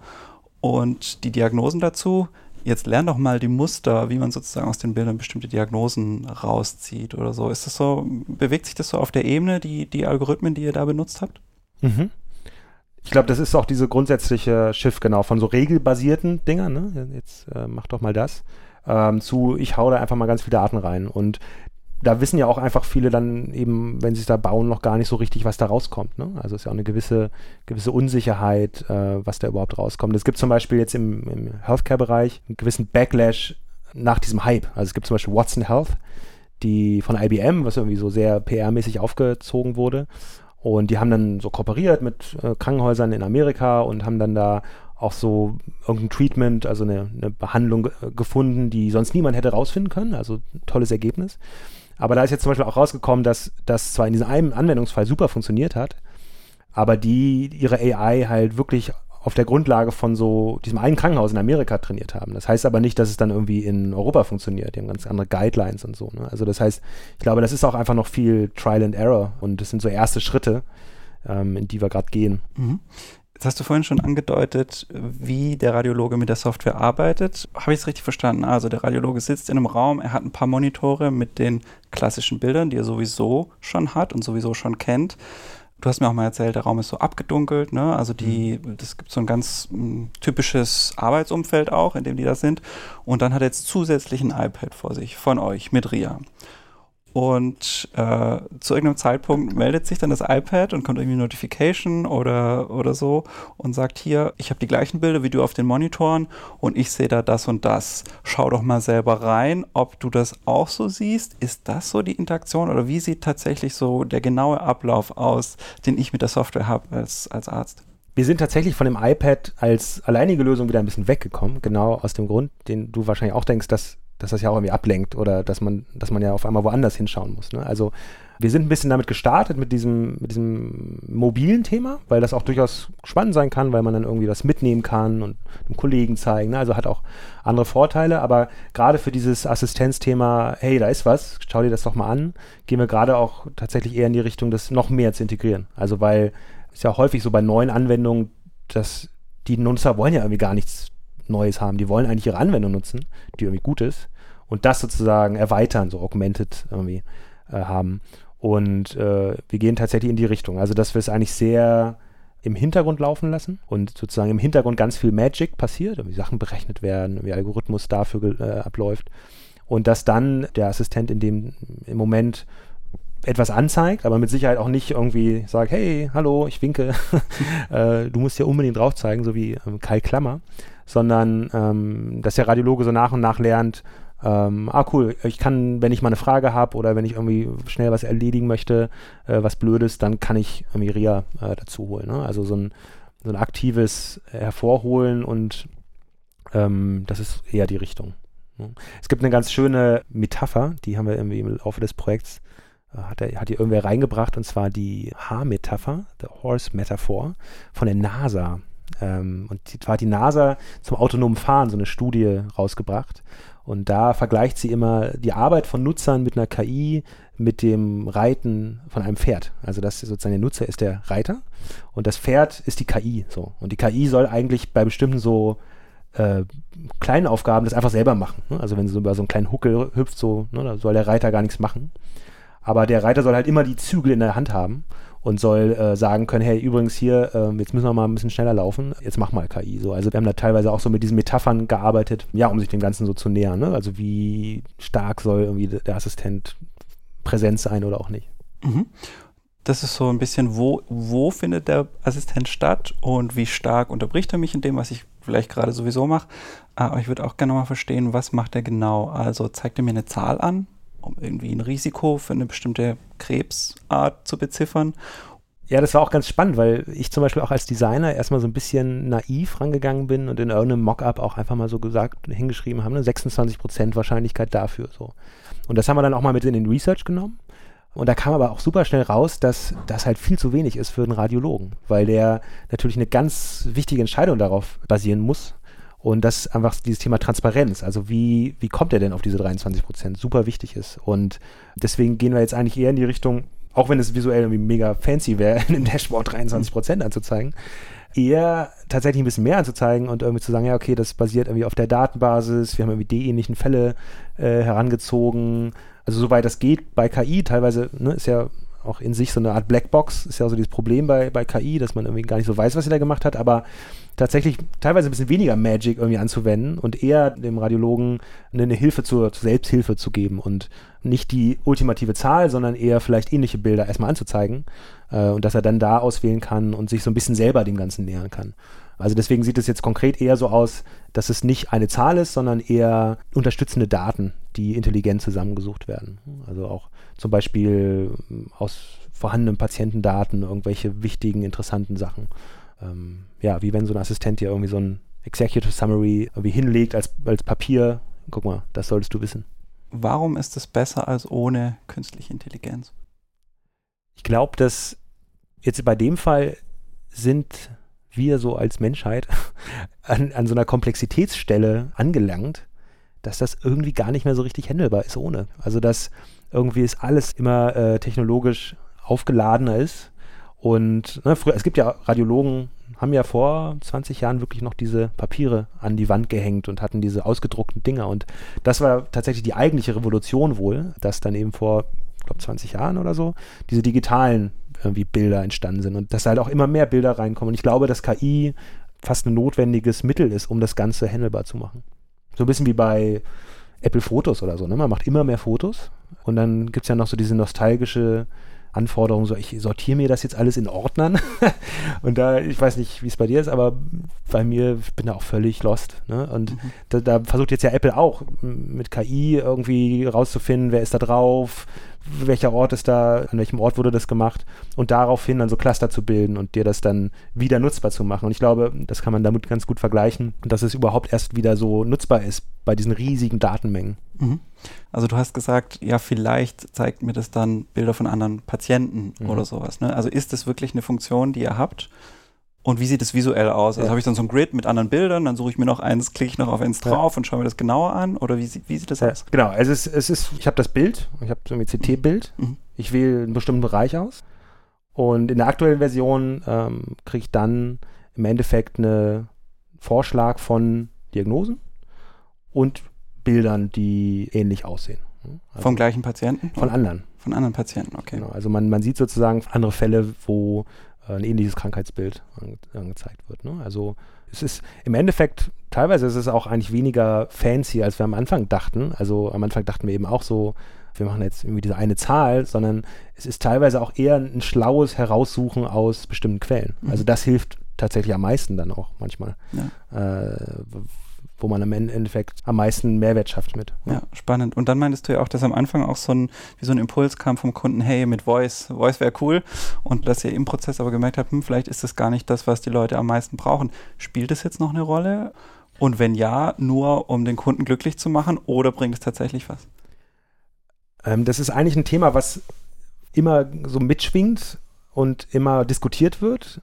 und die Diagnosen dazu. Jetzt lern doch mal die Muster, wie man sozusagen aus den Bildern bestimmte Diagnosen rauszieht oder so. Ist das so, bewegt sich das so auf der Ebene, die Algorithmen, die ihr da benutzt habt? Ich glaube, das ist auch diese grundsätzliche Shift, genau, von so regelbasierten Dingern, ne? Jetzt mach doch mal das, zu ich hau da einfach mal ganz viele Daten rein. Und da wissen ja auch einfach viele dann eben, wenn sie es da bauen, noch gar nicht so richtig, was da rauskommt. Ne? Also es ist ja auch eine gewisse Unsicherheit, was da überhaupt rauskommt. Es gibt zum Beispiel jetzt im Healthcare-Bereich einen gewissen Backlash nach diesem Hype. Also es gibt zum Beispiel Watson Health, die von IBM, was irgendwie so sehr PR-mäßig aufgezogen wurde. Und die haben dann so kooperiert mit Krankenhäusern in Amerika und haben dann da auch so irgendein Treatment, also eine Behandlung gefunden, die sonst niemand hätte rausfinden können. Also ein tolles Ergebnis. Aber da ist jetzt zum Beispiel auch rausgekommen, dass das zwar in diesem einen Anwendungsfall super funktioniert hat, aber die ihre AI halt wirklich auf der Grundlage von so diesem einen Krankenhaus in Amerika trainiert haben. Das heißt aber nicht, dass es dann irgendwie in Europa funktioniert. Die haben ganz andere Guidelines und so. Ne? Also das heißt, ich glaube, das ist auch einfach noch viel Trial and Error und das sind so erste Schritte, in die wir gerade gehen. Jetzt hast du vorhin schon angedeutet, wie der Radiologe mit der Software arbeitet. Habe ich es richtig verstanden? Also der Radiologe sitzt in einem Raum, er hat ein paar Monitore mit den klassischen Bildern, die er sowieso schon hat und sowieso schon kennt. Du hast mir auch mal erzählt, der Raum ist so abgedunkelt, ne? Also das gibt so ein ganz typisches Arbeitsumfeld auch, in dem die da sind. Und dann hat er jetzt zusätzlich ein iPad vor sich von euch mit RIA. und zu irgendeinem Zeitpunkt meldet sich dann das iPad und kommt irgendwie eine Notification oder so und sagt, hier, ich habe die gleichen Bilder wie du auf den Monitoren und ich sehe da das und das. Schau doch mal selber rein, ob du das auch so siehst. Ist das so die Interaktion oder wie sieht tatsächlich so der genaue Ablauf aus, den ich mit der Software habe als Arzt? Wir sind tatsächlich von dem iPad als alleinige Lösung wieder ein bisschen weggekommen, genau aus dem Grund, den du wahrscheinlich auch denkst, dass das ja auch irgendwie ablenkt oder dass man ja auf einmal woanders hinschauen muss. Ne? Also wir sind ein bisschen damit gestartet, mit diesem mobilen Thema, weil das auch durchaus spannend sein kann, weil man dann irgendwie was mitnehmen kann und einem Kollegen zeigen. Ne? Also hat auch andere Vorteile, aber gerade für dieses Assistenzthema, hey, da ist was, schau dir das doch mal an, gehen wir gerade auch tatsächlich eher in die Richtung, das noch mehr zu integrieren. Also weil ist ja häufig so bei neuen Anwendungen, dass die Nutzer wollen ja irgendwie gar nichts Neues haben. Die wollen eigentlich ihre Anwendung nutzen, die irgendwie gut ist und das sozusagen erweitern, so augmented irgendwie haben. Und wir gehen tatsächlich in die Richtung. Also, dass wir es eigentlich sehr im Hintergrund laufen lassen und sozusagen im Hintergrund ganz viel Magic passiert, irgendwie Sachen berechnet werden, irgendwie Algorithmus dafür abläuft und dass dann der Assistent im Moment etwas anzeigt, aber mit Sicherheit auch nicht irgendwie sagt, hey, hallo, ich winke, du musst ja unbedingt drauf zeigen, so wie Kai Klammer, sondern dass der Radiologe so nach und nach lernt, cool, ich kann, wenn ich mal eine Frage habe oder wenn ich irgendwie schnell was erledigen möchte, was Blödes, dann kann ich irgendwie RIA dazu holen. Ne? Also so ein aktives Hervorholen und das ist eher die Richtung. Ne? Es gibt eine ganz schöne Metapher, die haben wir irgendwie im Laufe des Projekts hat hier irgendwer reingebracht, und zwar die Haarmetapher, the Horse Metaphor von der NASA. Und zwar hat die NASA zum autonomen Fahren so eine Studie rausgebracht. Und da vergleicht sie immer die Arbeit von Nutzern mit einer KI mit dem Reiten von einem Pferd. Also das sozusagen der Nutzer ist der Reiter und das Pferd ist die KI. So. Und die KI soll eigentlich bei bestimmten so kleinen Aufgaben das einfach selber machen. Ne? Also wenn sie so über so einen kleinen Huckel hüpft, so, ne, da soll der Reiter gar nichts machen. Aber der Reiter soll halt immer die Zügel in der Hand haben und soll sagen können, hey, übrigens hier, jetzt müssen wir mal ein bisschen schneller laufen, jetzt mach mal KI. So. Also wir haben da teilweise auch so mit diesen Metaphern gearbeitet, ja, um sich dem Ganzen so zu nähern. Ne? Also wie stark soll irgendwie der Assistent präsent sein oder auch nicht. Mhm. Das ist so ein bisschen, wo findet der Assistent statt und wie stark unterbricht er mich in dem, was ich vielleicht gerade sowieso mache. Aber ich würde auch gerne mal verstehen, was macht er genau? Also zeigt er mir eine Zahl an, um irgendwie ein Risiko für eine bestimmte Krebsart zu beziffern? Ja, das war auch ganz spannend, weil ich zum Beispiel auch als Designer erstmal so ein bisschen naiv rangegangen bin und in irgendeinem Mockup auch einfach mal so hingeschrieben haben, 26% Wahrscheinlichkeit dafür. So. Und das haben wir dann auch mal mit in den Research genommen. Und da kam aber auch super schnell raus, dass das halt viel zu wenig ist für einen Radiologen, weil der natürlich eine ganz wichtige Entscheidung darauf basieren muss. Und das einfach dieses Thema Transparenz, also wie kommt er denn auf diese 23%, super wichtig ist. Und deswegen gehen wir jetzt eigentlich eher in die Richtung, auch wenn es visuell irgendwie mega fancy wäre, in dem Dashboard 23% anzuzeigen, eher tatsächlich ein bisschen mehr anzuzeigen und irgendwie zu sagen, ja okay, das basiert irgendwie auf der Datenbasis, wir haben irgendwie die ähnlichen Fälle herangezogen, also soweit das geht bei KI, teilweise ist ja auch in sich so eine Art Blackbox, ist ja so dieses Problem bei KI, dass man irgendwie gar nicht so weiß, was sie da gemacht hat, aber tatsächlich teilweise ein bisschen weniger Magic irgendwie anzuwenden und eher dem Radiologen eine Hilfe zur Selbsthilfe zu geben und nicht die ultimative Zahl, sondern eher vielleicht ähnliche Bilder erstmal anzuzeigen und dass er dann da auswählen kann und sich so ein bisschen selber dem Ganzen nähern kann. Also deswegen sieht es jetzt konkret eher so aus, dass es nicht eine Zahl ist, sondern eher unterstützende Daten, die intelligent zusammengesucht werden. Also auch zum Beispiel aus vorhandenen Patientendaten irgendwelche wichtigen, interessanten Sachen. Ja, wie wenn so ein Assistent dir irgendwie so ein Executive Summary irgendwie hinlegt als Papier. Guck mal, das solltest du wissen. Warum ist es besser als ohne künstliche Intelligenz? Ich glaube, dass jetzt bei dem Fall sind wir so als Menschheit an so einer Komplexitätsstelle angelangt, dass das irgendwie gar nicht mehr so richtig handelbar ist ohne. Also dass irgendwie ist alles immer technologisch aufgeladener ist. Und früher, es gibt ja Radiologen, haben ja vor 20 Jahren wirklich noch diese Papiere an die Wand gehängt und hatten diese ausgedruckten Dinger. Und das war tatsächlich die eigentliche Revolution wohl, dass dann eben vor, ich glaube 20 Jahren oder so, diese digitalen irgendwie Bilder entstanden sind und dass halt auch immer mehr Bilder reinkommen. Und ich glaube, dass KI fast ein notwendiges Mittel ist, um das Ganze handelbar zu machen. So ein bisschen wie bei Apple Fotos oder so. Ne? Man macht immer mehr Fotos Und dann gibt es ja noch so diese nostalgische Anforderung, so ich sortiere mir das jetzt alles in Ordnern. Und da, ich weiß nicht, wie es bei dir ist, aber bei mir, ich bin da auch völlig lost. Ne? Und da versucht jetzt ja Apple auch mit KI irgendwie rauszufinden, wer ist da drauf, welcher Ort ist da, an welchem Ort wurde das gemacht und daraufhin dann so Cluster zu bilden und dir das dann wieder nutzbar zu machen. Und ich glaube, das kann man damit ganz gut vergleichen, dass es überhaupt erst wieder so nutzbar ist bei diesen riesigen Datenmengen. Also du hast gesagt, ja, vielleicht zeigt mir das dann Bilder von anderen Patienten oder sowas. Ne? Also ist das wirklich eine Funktion, die ihr habt? Und wie sieht es visuell aus? Also habe ich dann so ein Grid mit anderen Bildern, dann suche ich mir noch eins, klicke ich noch auf eins drauf und schaue mir das genauer an? Oder wie sieht das aus? Genau, also es ist, ich habe das Bild, ich habe so ein CT-Bild, ich wähle einen bestimmten Bereich aus und in der aktuellen Version kriege ich dann im Endeffekt einen Vorschlag von Diagnosen und Bildern, die ähnlich aussehen. Also vom gleichen Patienten? Von anderen. Von anderen Patienten, okay. Genau, also man sieht sozusagen andere Fälle, wo ein ähnliches Krankheitsbild angezeigt wird. Ne? Also es ist im Endeffekt, teilweise ist es auch eigentlich weniger fancy, als wir am Anfang dachten. Also am Anfang dachten wir eben auch so, wir machen jetzt irgendwie diese eine Zahl, sondern es ist teilweise auch eher ein schlaues Heraussuchen aus bestimmten Quellen. Also das hilft tatsächlich am meisten dann auch manchmal. Ja. Wo man im Endeffekt am meisten Mehrwert schafft mit. Ja, spannend. Und dann meintest du ja auch, dass am Anfang auch so ein Impuls kam vom Kunden, hey, mit Voice wäre cool. Und dass ihr im Prozess aber gemerkt habt, vielleicht ist das gar nicht das, was die Leute am meisten brauchen. Spielt das jetzt noch eine Rolle? Und wenn ja, nur um den Kunden glücklich zu machen oder bringt es tatsächlich was? Das ist eigentlich ein Thema, was immer so mitschwingt und immer diskutiert wird,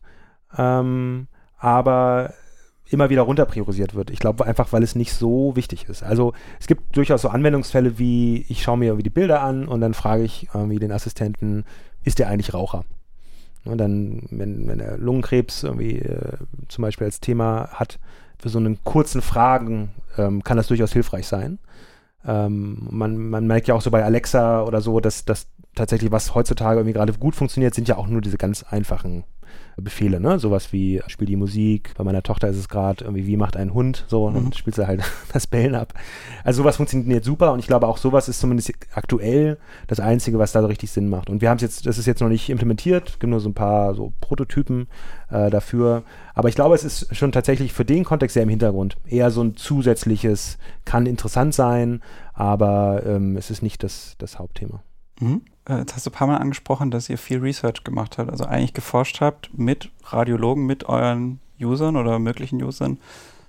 aber immer wieder runter priorisiert wird. Ich glaube einfach, weil es nicht so wichtig ist. Also es gibt durchaus so Anwendungsfälle wie, ich schaue mir irgendwie die Bilder an und dann frage ich irgendwie den Assistenten, ist der eigentlich Raucher? Und dann, wenn er Lungenkrebs irgendwie zum Beispiel als Thema hat, für so einen kurzen Fragen kann das durchaus hilfreich sein. Man merkt ja auch so bei Alexa oder so, dass das tatsächlich, was heutzutage irgendwie gerade gut funktioniert, sind ja auch nur diese ganz einfachen Befehle, ne? Sowas wie, spiel die Musik, bei meiner Tochter ist es gerade irgendwie, wie macht ein Hund, so, und dann spielt sie halt das Bellen ab. Also sowas funktioniert super und ich glaube auch sowas ist zumindest aktuell das Einzige, was da so richtig Sinn macht. Und wir haben es jetzt, das ist jetzt noch nicht implementiert, es gibt nur so ein paar so Prototypen dafür, aber ich glaube, es ist schon tatsächlich für den Kontext sehr im Hintergrund. Eher so ein zusätzliches, kann interessant sein, aber es ist nicht das Hauptthema. Jetzt hast du ein paar Mal angesprochen, dass ihr viel Research gemacht habt, also eigentlich geforscht habt mit Radiologen, mit euren Usern oder möglichen Usern.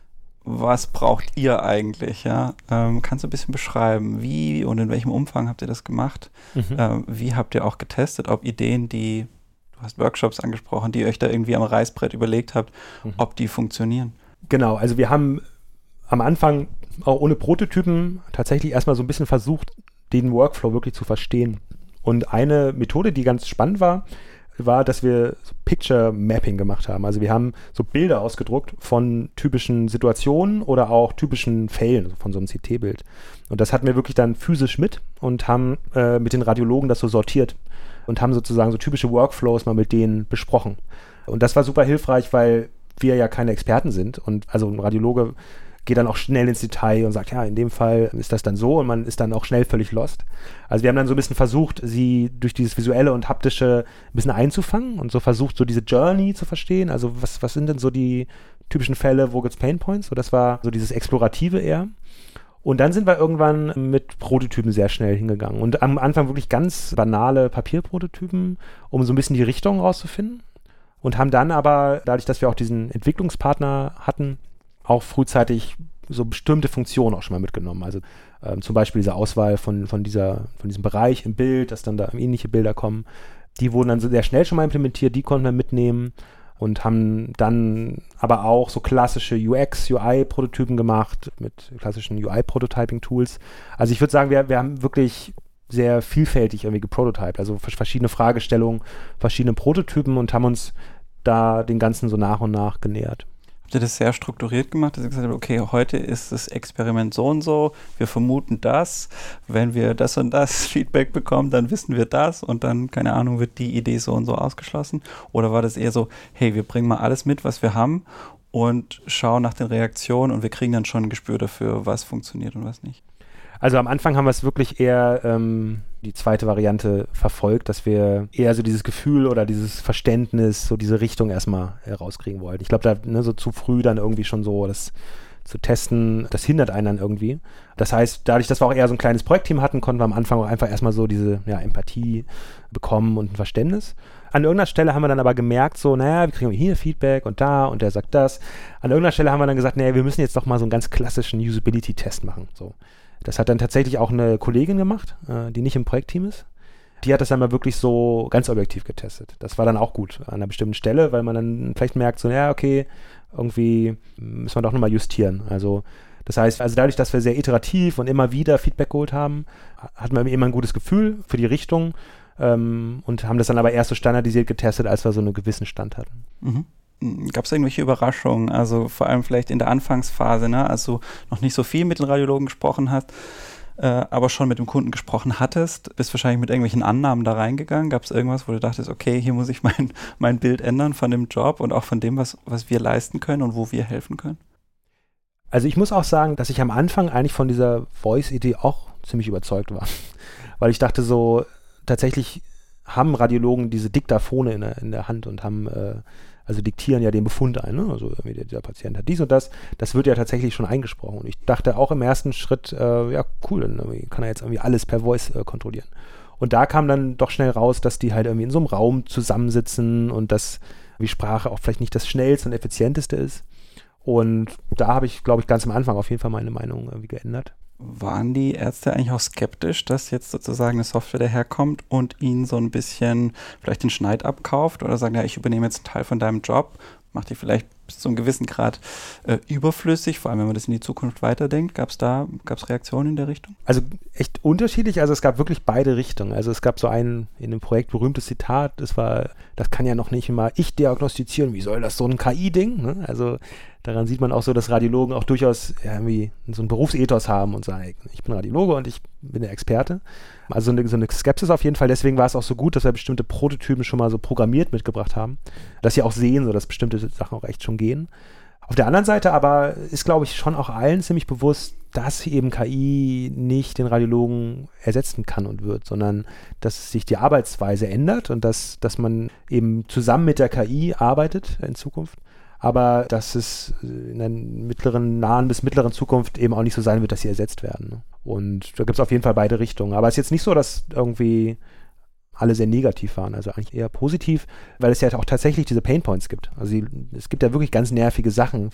Was braucht ihr eigentlich? Ja? Kannst du ein bisschen beschreiben, wie und in welchem Umfang habt ihr das gemacht? Wie habt ihr auch getestet, ob Ideen, du hast Workshops angesprochen, die ihr euch da irgendwie am Reißbrett überlegt habt, ob die funktionieren? Genau, also wir haben am Anfang auch ohne Prototypen tatsächlich erstmal so ein bisschen versucht, den Workflow wirklich zu verstehen. Und eine Methode, die ganz spannend war, dass wir so Picture Mapping gemacht haben. Also wir haben so Bilder ausgedruckt von typischen Situationen oder auch typischen Fällen, also von so einem CT-Bild. Und das hatten wir wirklich dann physisch mit und haben mit den Radiologen das so sortiert und haben sozusagen so typische Workflows mal mit denen besprochen. Und das war super hilfreich, weil wir ja keine Experten sind. Und also ein Radiologe geht dann auch schnell ins Detail und sagt, ja, in dem Fall ist das dann so und man ist dann auch schnell völlig lost. Also wir haben dann so ein bisschen versucht, sie durch dieses Visuelle und Haptische ein bisschen einzufangen und so versucht, so diese Journey zu verstehen. Also was sind denn so die typischen Fälle, wo gibt es Painpoints? So, das war so dieses Explorative eher. Und dann sind wir irgendwann mit Prototypen sehr schnell hingegangen und am Anfang wirklich ganz banale Papierprototypen, um so ein bisschen die Richtung rauszufinden und haben dann aber, dadurch, dass wir auch diesen Entwicklungspartner hatten, auch frühzeitig so bestimmte Funktionen auch schon mal mitgenommen. Also zum Beispiel diese Auswahl von diesem Bereich im Bild, dass dann da ähnliche Bilder kommen. Die wurden dann so sehr schnell schon mal implementiert, die konnten wir mitnehmen und haben dann aber auch so klassische UX, UI-Prototypen gemacht mit klassischen UI-Prototyping-Tools. Also ich würde sagen, wir haben wirklich sehr vielfältig irgendwie geprototyped, also verschiedene Fragestellungen, verschiedene Prototypen und haben uns da den Ganzen so nach und nach genähert. Habt ihr das sehr strukturiert gemacht, dass ihr gesagt habt, okay, heute ist das Experiment so und so, wir vermuten das, wenn wir das und das Feedback bekommen, dann wissen wir das und dann, keine Ahnung, wird die Idee so und so ausgeschlossen? Oder war das eher so, hey, wir bringen mal alles mit, was wir haben und schauen nach den Reaktionen und wir kriegen dann schon ein Gespür dafür, was funktioniert und was nicht? Also am Anfang haben wir es wirklich eher die zweite Variante verfolgt, dass wir eher so dieses Gefühl oder dieses Verständnis, so diese Richtung erstmal rauskriegen wollten. Ich glaube, da so zu früh dann irgendwie schon so das zu testen, das hindert einen dann irgendwie. Das heißt, dadurch, dass wir auch eher so ein kleines Projektteam hatten, konnten wir am Anfang auch einfach erstmal so diese Empathie bekommen und ein Verständnis. An irgendeiner Stelle haben wir dann aber gemerkt, so, wir kriegen hier Feedback und da und der sagt das. An irgendeiner Stelle haben wir dann gesagt, wir müssen jetzt doch mal so einen ganz klassischen Usability-Test machen. So. Das hat dann tatsächlich auch eine Kollegin gemacht, die nicht im Projektteam ist. Die hat das dann mal wirklich so ganz objektiv getestet. Das war dann auch gut an einer bestimmten Stelle, weil man dann vielleicht merkt, so, okay, irgendwie müssen wir doch nochmal justieren. Also das heißt, dadurch, dass wir sehr iterativ und immer wieder Feedback geholt haben, hatten wir immer ein gutes Gefühl für die Richtung und haben das dann aber erst so standardisiert getestet, als wir so einen gewissen Stand hatten. Mhm. Gab es irgendwelche Überraschungen? Also vor allem vielleicht in der Anfangsphase, als du noch nicht so viel mit den Radiologen gesprochen hast, aber schon mit dem Kunden gesprochen hattest, bist wahrscheinlich mit irgendwelchen Annahmen da reingegangen. Gab es irgendwas, wo du dachtest, okay, hier muss ich mein Bild ändern von dem Job und auch von dem, was wir leisten können und wo wir helfen können? Also ich muss auch sagen, dass ich am Anfang eigentlich von dieser Voice-Idee auch ziemlich überzeugt war. Weil ich dachte so, tatsächlich haben Radiologen diese Diktaphone in der Hand und haben also diktieren ja den Befund ein, ne? Also der Patient hat dies und das wird ja tatsächlich schon eingesprochen. Und ich dachte auch im ersten Schritt, cool, dann kann er jetzt irgendwie alles per Voice kontrollieren. Und da kam dann doch schnell raus, dass die halt irgendwie in so einem Raum zusammensitzen und dass wie Sprache auch vielleicht nicht das schnellste und effizienteste ist. Und da habe ich, glaube ich, ganz am Anfang auf jeden Fall meine Meinung irgendwie geändert. Waren die Ärzte eigentlich auch skeptisch, dass jetzt sozusagen eine Software daherkommt und ihnen so ein bisschen vielleicht den Schneid abkauft oder sagen, ich übernehme jetzt einen Teil von deinem Job, macht die vielleicht bis zu einem gewissen Grad überflüssig, vor allem wenn man das in die Zukunft weiterdenkt? Gab es Reaktionen in der Richtung? Also echt unterschiedlich, also es gab wirklich beide Richtungen. Also es gab so ein in dem Projekt berühmtes Zitat, das kann ja noch nicht mal ich diagnostizieren, wie soll das so ein KI-Ding? Ne? Also daran sieht man auch so, dass Radiologen auch durchaus irgendwie so einen Berufsethos haben und sagen, ich bin Radiologe und ich bin der Experte. Also so eine Skepsis auf jeden Fall. Deswegen war es auch so gut, dass wir bestimmte Prototypen schon mal so programmiert mitgebracht haben, dass sie auch sehen, so dass bestimmte Sachen auch echt schon gehen. Auf der anderen Seite aber ist, glaube ich, schon auch allen ziemlich bewusst, dass eben KI nicht den Radiologen ersetzen kann und wird, sondern dass sich die Arbeitsweise ändert und dass man eben zusammen mit der KI arbeitet in Zukunft. Aber dass es in der nahen bis mittleren Zukunft eben auch nicht so sein wird, dass sie ersetzt werden. Ne? Und da gibt es auf jeden Fall beide Richtungen. Aber es ist jetzt nicht so, dass irgendwie alle sehr negativ waren, also eigentlich eher positiv, weil es ja auch tatsächlich diese Painpoints gibt. Also es gibt ja wirklich ganz nervige Sachen,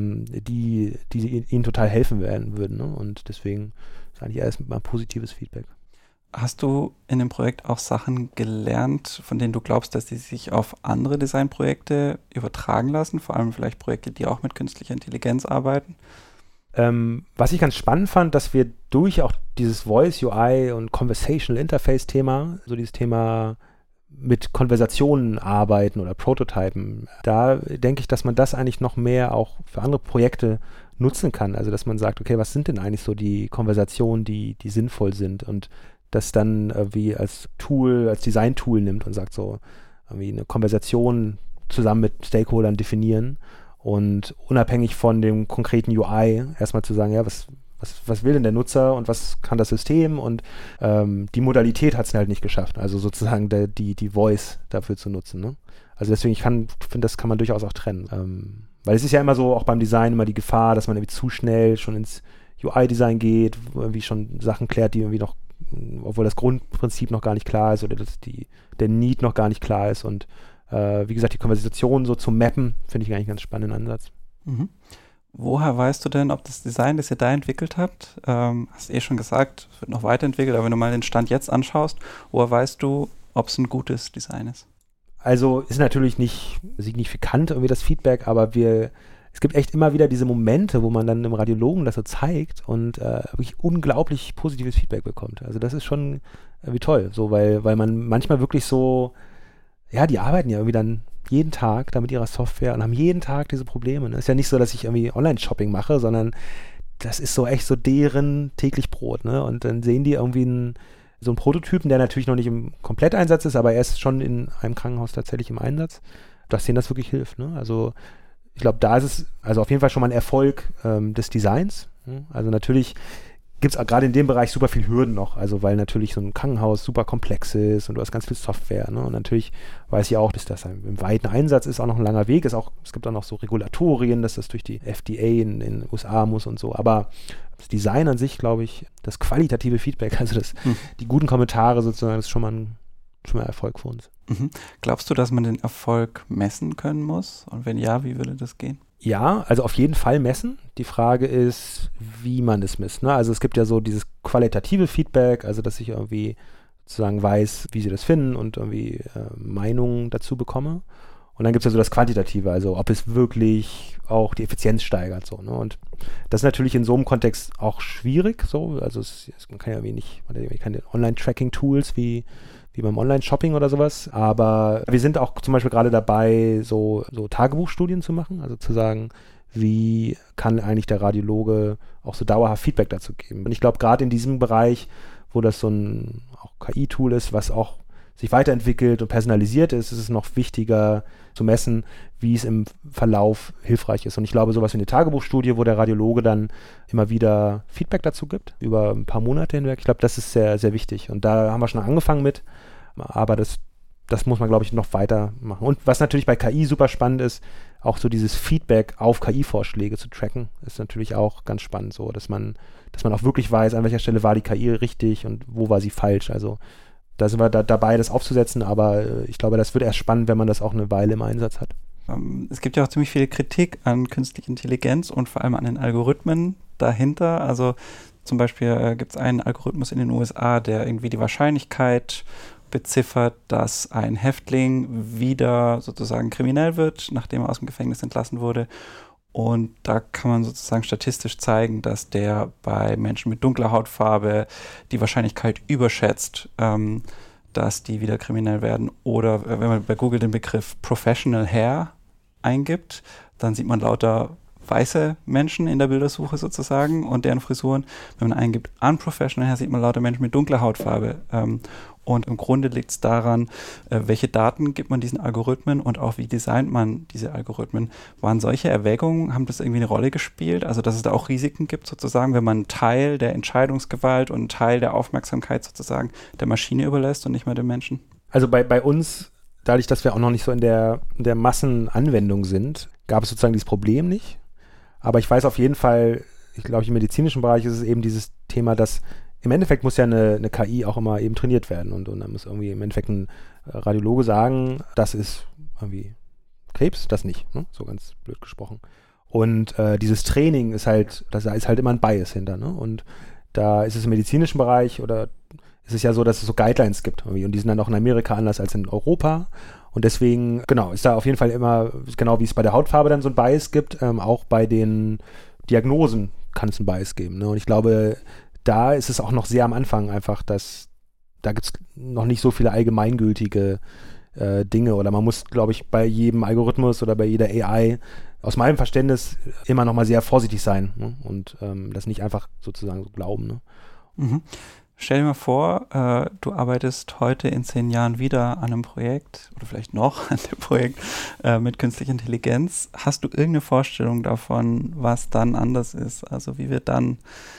die ihnen total helfen würden. Ne? Und deswegen ist eigentlich erstmal positives Feedback. Hast du in dem Projekt auch Sachen gelernt, von denen du glaubst, dass die sich auf andere Designprojekte übertragen lassen? Vor allem vielleicht Projekte, die auch mit künstlicher Intelligenz arbeiten? Was ich ganz spannend fand, dass wir durch auch dieses Voice UI und Conversational Interface Thema, so dieses Thema mit Konversationen arbeiten oder Prototypen, da denke ich, dass man das eigentlich noch mehr auch für andere Projekte nutzen kann. Also dass man sagt, okay, was sind denn eigentlich so die Konversationen, die sinnvoll sind und das dann wie als Tool, als Design-Tool nimmt und sagt so, irgendwie eine Konversation zusammen mit Stakeholdern definieren und unabhängig von dem konkreten UI erstmal zu sagen, was will denn der Nutzer und was kann das System und die Modalität hat es halt nicht geschafft, also sozusagen die Voice dafür zu nutzen. Ne? Also deswegen, ich finde, das kann man durchaus auch trennen. Weil es ist ja immer so, auch beim Design immer die Gefahr, dass man irgendwie zu schnell schon ins UI-Design geht, irgendwie schon Sachen klärt, die irgendwie noch, obwohl das Grundprinzip noch gar nicht klar ist oder der Need noch gar nicht klar ist und wie gesagt, die Konversation so zu mappen, finde ich eigentlich einen ganz spannenden Ansatz. Mhm. Woher weißt du denn, ob das Design, das ihr da entwickelt habt, hast schon gesagt, es wird noch weiterentwickelt, aber wenn du mal den Stand jetzt anschaust, woher weißt du, ob es ein gutes Design ist? Also ist natürlich nicht signifikant irgendwie das Feedback, aber es gibt echt immer wieder diese Momente, wo man dann dem Radiologen das so zeigt und wirklich unglaublich positives Feedback bekommt. Also das ist schon irgendwie toll, so weil man manchmal wirklich so, ja, die arbeiten ja irgendwie dann jeden Tag da mit ihrer Software und haben jeden Tag diese Probleme. Es ist ja nicht so, dass ich irgendwie Online-Shopping mache, sondern das ist so echt so deren täglich Brot. Ne? Und dann sehen die irgendwie so einen Prototypen, der natürlich noch nicht im Kompletteinsatz ist, aber er ist schon in einem Krankenhaus tatsächlich im Einsatz, dass denen das wirklich hilft. Ne? Also ich glaube, da ist es also auf jeden Fall schon mal ein Erfolg des Designs. Ne? Also natürlich gibt es gerade in dem Bereich super viel Hürden noch, also weil natürlich so ein Krankenhaus super komplex ist und du hast ganz viel Software, ne? Und natürlich weiß ich auch, bis das im weiten Einsatz ist, auch noch ein langer Weg ist. Es gibt auch noch so Regulatorien, dass das durch die FDA in den USA muss und so, aber das Design an sich, glaube ich, das qualitative Feedback, also die guten Kommentare sozusagen, das ist schon mal ein Erfolg für uns. Mhm. Glaubst du, dass man den Erfolg messen können muss? Und wenn ja, wie würde das gehen? Ja, also auf jeden Fall messen. Die Frage ist, wie man es misst. Ne? Also es gibt ja so dieses qualitative Feedback, also dass ich irgendwie sozusagen weiß, wie sie das finden und irgendwie Meinungen dazu bekomme. Und dann gibt es ja so das Quantitative, also ob es wirklich auch die Effizienz steigert. So, ne? Und das ist natürlich in so einem Kontext auch schwierig. So. Also man kann ja keine Online-Tracking-Tools wie beim Online-Shopping oder sowas. Aber wir sind auch zum Beispiel gerade dabei, so Tagebuchstudien zu machen, also zu sagen, wie kann eigentlich der Radiologe auch so dauerhaft Feedback dazu geben. Und ich glaube, gerade in diesem Bereich, wo das so ein auch KI-Tool ist, was auch sich weiterentwickelt und personalisiert ist, ist es noch wichtiger zu messen, wie es im Verlauf hilfreich ist. Und ich glaube, sowas wie eine Tagebuchstudie, wo der Radiologe dann immer wieder Feedback dazu gibt, über ein paar Monate hinweg, ich glaube, das ist sehr, sehr wichtig. Und da haben wir schon angefangen mit, aber das muss man, glaube ich, noch weiter machen. Und was natürlich bei KI super spannend ist, auch so dieses Feedback auf KI-Vorschläge zu tracken, ist natürlich auch ganz spannend, so, dass man auch wirklich weiß, an welcher Stelle war die KI richtig und wo war sie falsch. Also da sind wir dabei, das aufzusetzen, aber ich glaube, das wird erst spannend, wenn man das auch eine Weile im Einsatz hat. Es gibt ja auch ziemlich viel Kritik an künstlicher Intelligenz und vor allem an den Algorithmen dahinter. Also zum Beispiel gibt es einen Algorithmus in den USA, der irgendwie die Wahrscheinlichkeit beziffert, dass ein Häftling wieder sozusagen kriminell wird, nachdem er aus dem Gefängnis entlassen wurde. Und da kann man sozusagen statistisch zeigen, dass der bei Menschen mit dunkler Hautfarbe die Wahrscheinlichkeit überschätzt, dass die wieder kriminell werden. Oder wenn man bei Google den Begriff Professional Hair eingibt, dann sieht man lauter weiße Menschen in der Bildersuche sozusagen und deren Frisuren. Wenn man eingibt Unprofessional Hair, sieht man lauter Menschen mit dunkler Hautfarbe. Und im Grunde liegt es daran, welche Daten gibt man diesen Algorithmen und auch wie designt man diese Algorithmen. Waren solche Erwägungen, haben das irgendwie eine Rolle gespielt? Also dass es da auch Risiken gibt sozusagen, wenn man einen Teil der Entscheidungsgewalt und einen Teil der Aufmerksamkeit sozusagen der Maschine überlässt und nicht mehr dem Menschen? Also bei uns, dadurch, dass wir auch noch nicht so in der Massenanwendung sind, gab es sozusagen dieses Problem nicht. Aber ich weiß auf jeden Fall, ich glaube, im medizinischen Bereich ist es eben dieses Thema, dass im Endeffekt muss ja eine KI auch immer eben trainiert werden und dann muss irgendwie im Endeffekt ein Radiologe sagen, das ist irgendwie Krebs, das nicht, ne? So ganz blöd gesprochen. Und dieses Training ist halt, da ist halt immer ein Bias hinter, ne? Und da ist es im medizinischen Bereich oder ist es ja so, dass es so Guidelines gibt irgendwie und die sind dann auch in Amerika anders als in Europa. Und deswegen, genau, ist da auf jeden Fall immer, genau wie es bei der Hautfarbe dann so ein Bias gibt, auch bei den Diagnosen kann es ein Bias geben, ne? Und ich glaube, da ist es auch noch sehr am Anfang einfach, dass da gibt es noch nicht so viele allgemeingültige Dinge oder man muss, glaube ich, bei jedem Algorithmus oder bei jeder AI aus meinem Verständnis immer noch mal sehr vorsichtig sein, ne? Und das nicht einfach sozusagen so glauben. Ne? Mhm. Stell dir mal vor, du arbeitest heute in 10 Jahren wieder an einem Projekt oder vielleicht noch an dem Projekt mit künstlicher Intelligenz. Hast du irgendeine Vorstellung davon, was dann anders ist? Also wie wir dann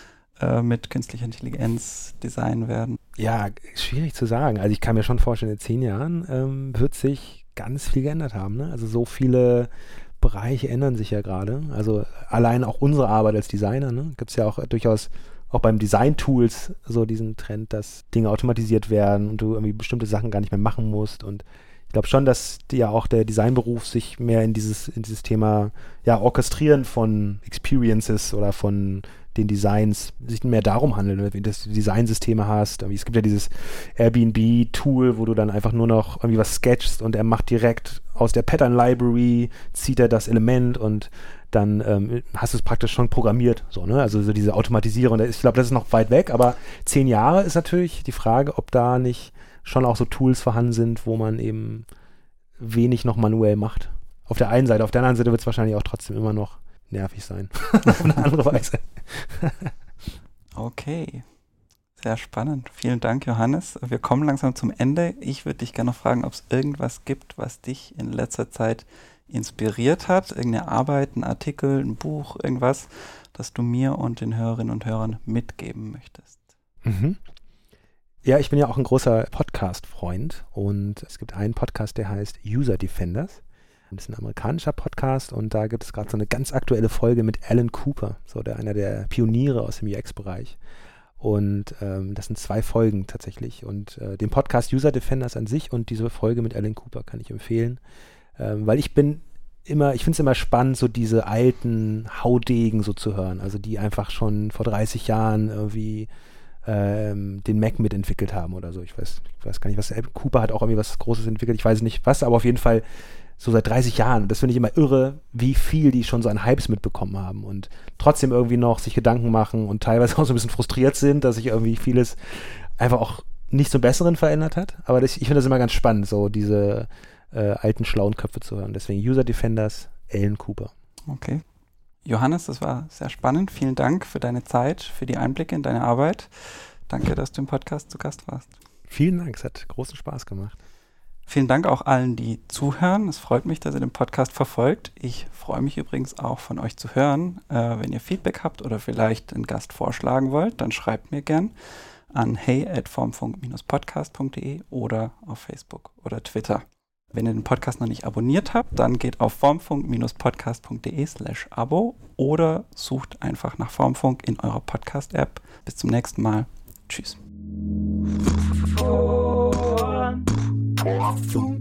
mit künstlicher Intelligenz designen werden? Ja, schwierig zu sagen. Also ich kann mir schon vorstellen, in 10 Jahren wird sich ganz viel geändert haben. Ne? Also so viele Bereiche ändern sich ja gerade. Also allein auch unsere Arbeit als Designer, ne? Gibt es ja auch durchaus auch beim Design-Tools so diesen Trend, dass Dinge automatisiert werden und du irgendwie bestimmte Sachen gar nicht mehr machen musst. Und ich glaube schon, dass ja auch der Designberuf sich mehr in dieses Thema Orchestrieren von Experiences oder von den Designs sich mehr darum handelt, dass du Designsysteme hast. Es gibt ja dieses Airbnb-Tool, wo du dann einfach nur noch irgendwie was sketchst und er macht direkt aus der Pattern-Library, zieht er das Element und dann hast du es praktisch schon programmiert. So, ne? Also so diese Automatisierung, ich glaube, das ist noch weit weg, aber 10 Jahre ist natürlich die Frage, ob da nicht schon auch so Tools vorhanden sind, wo man eben wenig noch manuell macht. Auf der einen Seite. Auf der anderen Seite wird es wahrscheinlich auch trotzdem immer noch nervig sein. Auf eine andere Weise. Okay. Sehr spannend. Vielen Dank, Johannes. Wir kommen langsam zum Ende. Ich würde dich gerne noch fragen, ob es irgendwas gibt, was dich in letzter Zeit inspiriert hat. Irgendeine Arbeit, ein Artikel, ein Buch, irgendwas, das du mir und den Hörerinnen und Hörern mitgeben möchtest? Ja, ich bin ja auch ein großer Podcast-Freund und es gibt einen Podcast, der heißt User Defenders. Das ist ein amerikanischer Podcast und da gibt es gerade so eine ganz aktuelle Folge mit Alan Cooper, einer der Pioniere aus dem UX-Bereich. Und das sind 2 Folgen tatsächlich. Und den Podcast User Defenders an sich und diese Folge mit Alan Cooper kann ich empfehlen, weil ich finde es immer spannend, so diese alten Haudegen so zu hören, also die einfach schon vor 30 Jahren irgendwie den Mac mitentwickelt haben oder so. Ich weiß gar nicht, was. Cooper hat auch irgendwie was Großes entwickelt, ich weiß nicht was, aber auf jeden Fall so seit 30 Jahren. Das finde ich immer irre, wie viel die schon so an Hypes mitbekommen haben und trotzdem irgendwie noch sich Gedanken machen und teilweise auch so ein bisschen frustriert sind, dass sich irgendwie vieles einfach auch nicht zum Besseren verändert hat. Aber ich finde das immer ganz spannend, so diese alten, schlauen Köpfe zu hören. Deswegen User Defenders, Alan Cooper. Okay. Johannes, das war sehr spannend. Vielen Dank für deine Zeit, für die Einblicke in deine Arbeit. Danke, dass du im Podcast zu Gast warst. Vielen Dank, es hat großen Spaß gemacht. Vielen Dank auch allen, die zuhören. Es freut mich, dass ihr den Podcast verfolgt. Ich freue mich übrigens auch, von euch zu hören. Wenn ihr Feedback habt oder vielleicht einen Gast vorschlagen wollt, dann schreibt mir gern an hey@formfunk-podcast.de oder auf Facebook oder Twitter. Wenn ihr den Podcast noch nicht abonniert habt, dann geht auf formfunk-podcast.de/abo oder sucht einfach nach Formfunk in eurer Podcast-App. Bis zum nächsten Mal. Tschüss. Formfunk.